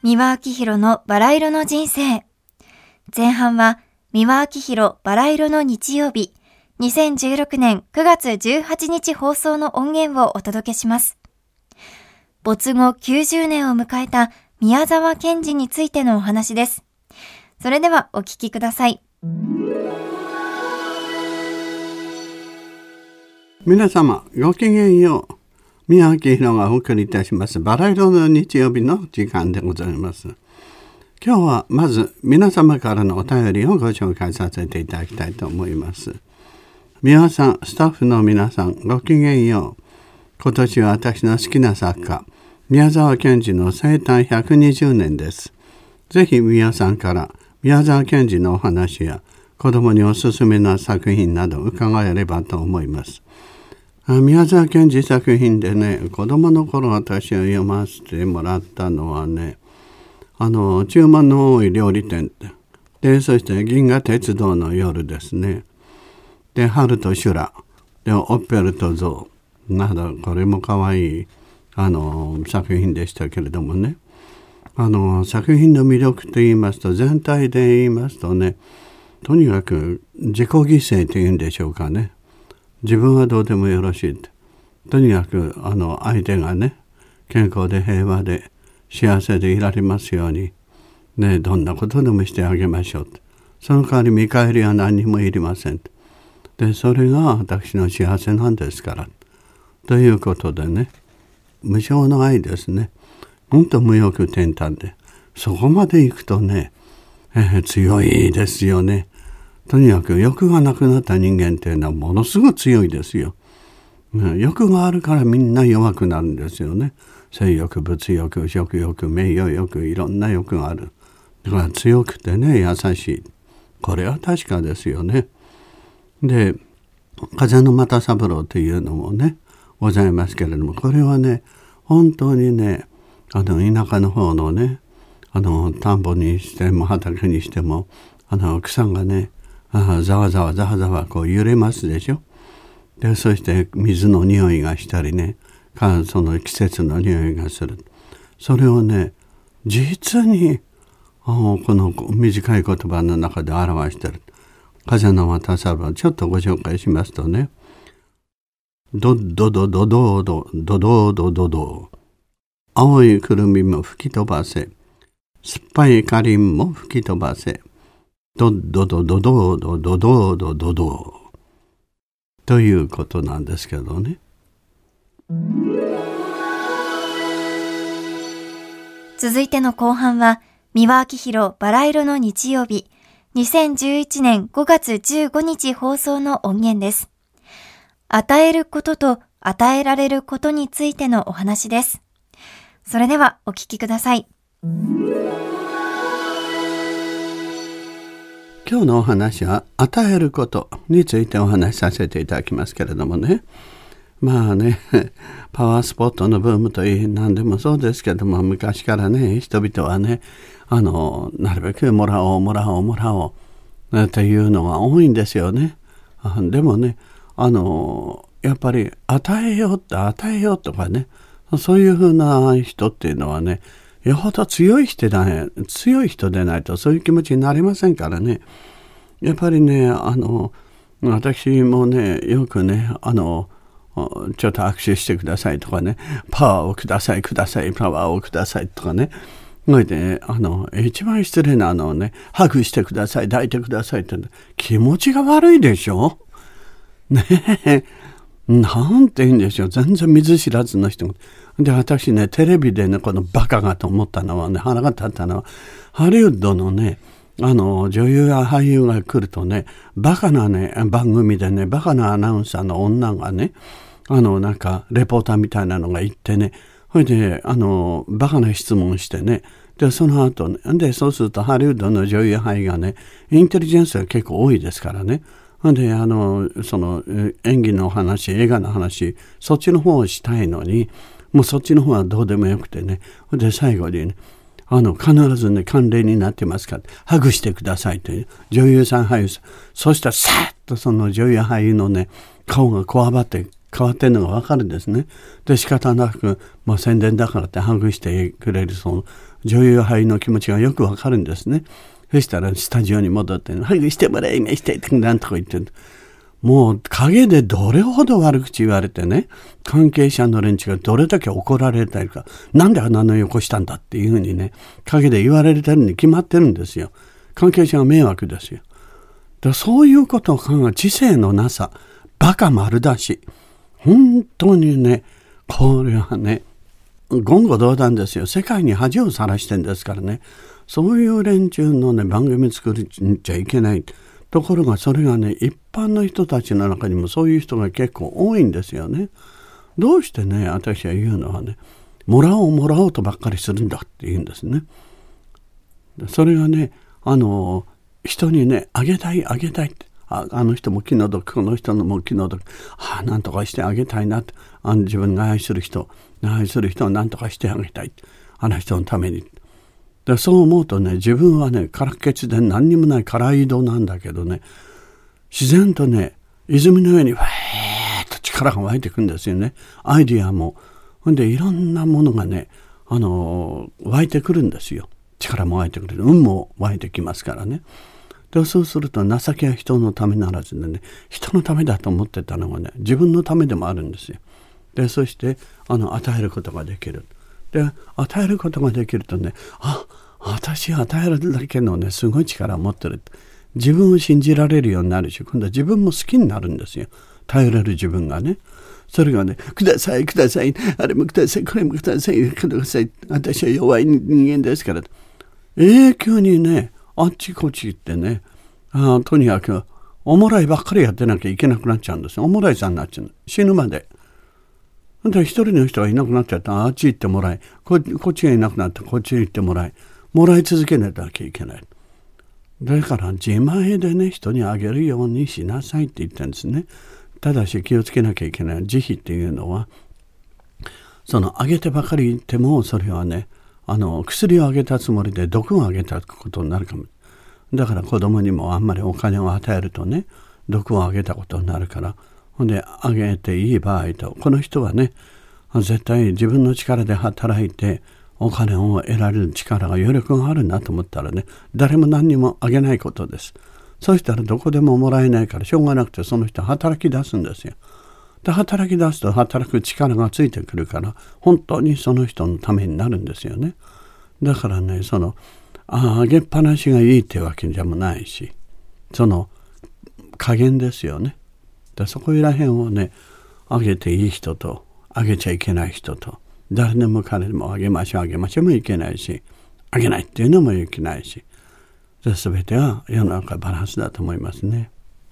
三輪明宏のバラ色の人生。前半は三輪明宏バラ色の日曜日、2016年9月18日放送の音源をお届けします。没後90年を迎えた宮沢賢治についてのお話です。それではお聞きください。 皆様ごきげんよう。三輪明宏がお送りいたしますバラ色の日曜日の時間でございます。今日はまず皆様からのお便りをご紹介させていただきたいと思います。三輪さん、スタッフの皆さんごきげんよう。今年は私の好きな作家宮沢賢治の生誕120年です。ぜひ三輪さんから宮沢賢治のお話や子供におすすめな作品など伺えればと思います。宮沢賢治作品でね、子供の頃私が読ませてもらったのはね、注文の多い料理店で、そして銀河鉄道の夜ですね。で、春と修羅で、オッペルとゾウなど、これも可愛い作品でしたけれどもね、作品の魅力と言いますと、全体で言いますとね、とにかく自己犠牲というんでしょうかね。自分はどうでもよろしい。とにかく相手がね、健康で平和で幸せでいられますように、ね、どんなことでもしてあげましょう。その代わり見返りは何にもいりません。で、それが私の幸せなんですから。ということでね、無償の愛ですね。ほんと無欲転嘆で、そこまで行くとね、強いですよね。とにかく欲がなくなった人間っていうのはものすごく強いですよ。欲があるからみんな弱くなるんですよね。性欲、物欲、食欲、名誉欲、いろんな欲がある。だから強くてね、優しい。これは確かですよね。で、風の又三郎というのもね、ございますけれども、これはね、本当にね、田舎の方のね、田んぼにしても畑にしても、草がね、ざわざわざわざわこう揺れますでしょ。で、そして水の匂いがしたりね、その季節の匂いがする。それをね、実にこの短い言葉の中で表している。風の又三郎、ちょっとご紹介しますとね、ドドドドドドドドドドド、青いくるみも吹き飛ばせ、酸っぱいかりんも吹き飛ばせ、ドドドドドドドドドドドということなんですけどね。 続いての後半は三輪明宏バラ色の日曜日、2011年5月15日放送の音源です。与えることと与えられることについてのお話です。それではお聞きください。 今日のお話は与えることについてお話しさせていただきますけれどもね、まあね、パワースポットのブームといい何でもそうですけども、昔からね、人々はね、なるべくもらおうっていうのが多いんですよね。でもね、やっぱり与えようとかね、そういうふうな人っていうのはね、よほど強い人でないとそういう気持ちになれませんからね。やっぱりね、私もね、よくね、ちょっと握手してくださいとかね、パワーをください、パワーをくださいとかね、それで、一番失礼なね、ハグしてください、抱いてくださいって、気持ちが悪いでしょねえ。なんて言うんでしょう、全然見ず知らずの人で、私ね、テレビでね、このバカがと思ったのはね、腹が立ったのは、ハリウッドのね、女優や俳優が来るとね、バカなね、番組でね、バカなアナウンサーの女がね、なんか、レポーターみたいなのが行ってね、それで、バカな質問してね、で、その後ね、で、そうするとハリウッドの女優俳優がね、インテリジェンスが結構多いですからね、で、その演技の話、映画の話、そっちの方をしたいのに、もうそっちの方はどうでもよくてね、で、最後にね、必ずね、慣例になってますから、ハグしてくださいという、女優さん、俳優さん、そしたらさっとその女優俳優のね、顔がこわばって変わってるのがわかるんですね。で、仕方なく、宣伝だからってハグしてくれるその女優俳の気持ちがよくわかるんですね。そしたらスタジオに戻ってハグしてもらいましたってなんとか言って、もう陰でどれほど悪口言われてね、関係者の連中がどれだけ怒られたりか、なんであんなのよこしたんだっていうふうにね、陰で言われてるに決まってるんですよ。関係者が迷惑ですよ。だそういうことを考え、知性のなさ、バカ丸出し。本当にね、これはね、言語道断ですよ。世界に恥をさらしてんですからね。そういう連中のね、番組作っちゃいけない。ところがそれがね、一般の人たちの中にもそういう人が結構多いんですよね。どうしてね、私は言うのはね、もらおうとばっかりするんだって言うんですね。それがね、人にね、あげたいって。あの人も気の毒、この人も気の毒。なんとかしてあげたいなって。自分が愛する人をなんとかしてあげたい。あの人のために。でそう思うとね、自分はね、空っけつで何にもない空井戸なんだけどね、自然とね、泉の上にわーっと力が湧いてくんですよね。アイディアも。ほんでいろんなものがね、湧いてくるんですよ。力も湧いてくる。運も湧いてきますからね。でそうすると情けは人のためならずでね、人のためだと思ってたのがね、自分のためでもあるんですよ。でそして与えることができる。で与えることができるとね、私は与えるだけのねすごい力を持ってる。自分を信じられるようになるし、今度は自分も好きになるんですよ。頼れる自分がね。それがね、ください、あれもください、これもください、私は弱い人間ですから。永久にね、あっちこっち行ってね、とにかくおもらいばっかりやってなきゃいけなくなっちゃうんですよ。おもらいさんになっちゃう。死ぬまで。で一人の人がいなくなっちゃったらあっち行ってもらい、こっちがいなくなってこっち行ってもらい続けなきゃいけない。だから自前でね、人にあげるようにしなさいって言ってるんですね。ただし気をつけなきゃいけない慈悲っていうのは、あげてばかり言ってもそれはね、薬をあげたつもりで毒をあげたことになるかも。だから子供にもあんまりお金を与えるとね、毒をあげたことになるから、ほんであげていい場合と、この人はね、絶対自分の力で働いてお金を得られる力が余力があるなと思ったらね、誰も何にもあげないことです。そうしたらどこでももらえないからしょうがなくて、その人は働き出すんですよ。で働き出すと働く力がついてくるから、本当にその人のためになるんですよね。だからね、あげっぱなしがいいってわけじゃもないし、加減ですよね。でそこら辺をね、あげていい人とあげちゃいけない人と、誰でも彼でもあげましょうもいけないし、あげないっていうのもいけないし、全ては世の中バランスだと思いますね。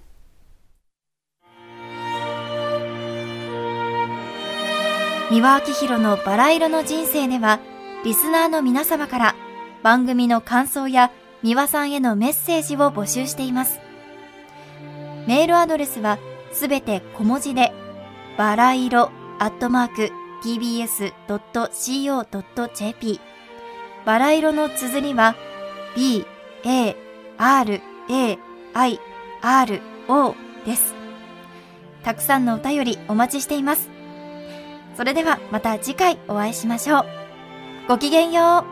三輪明宏のバラ色の人生では、リスナーの皆様から番組の感想や三輪さんへのメッセージを募集しています。メールアドレスはすべて小文字で、バラ色@tbs.co.jp。バラ色の綴りは BARAIRO です。たくさんのお便りお待ちしています。それではまた次回お会いしましょう。ごきげんよう。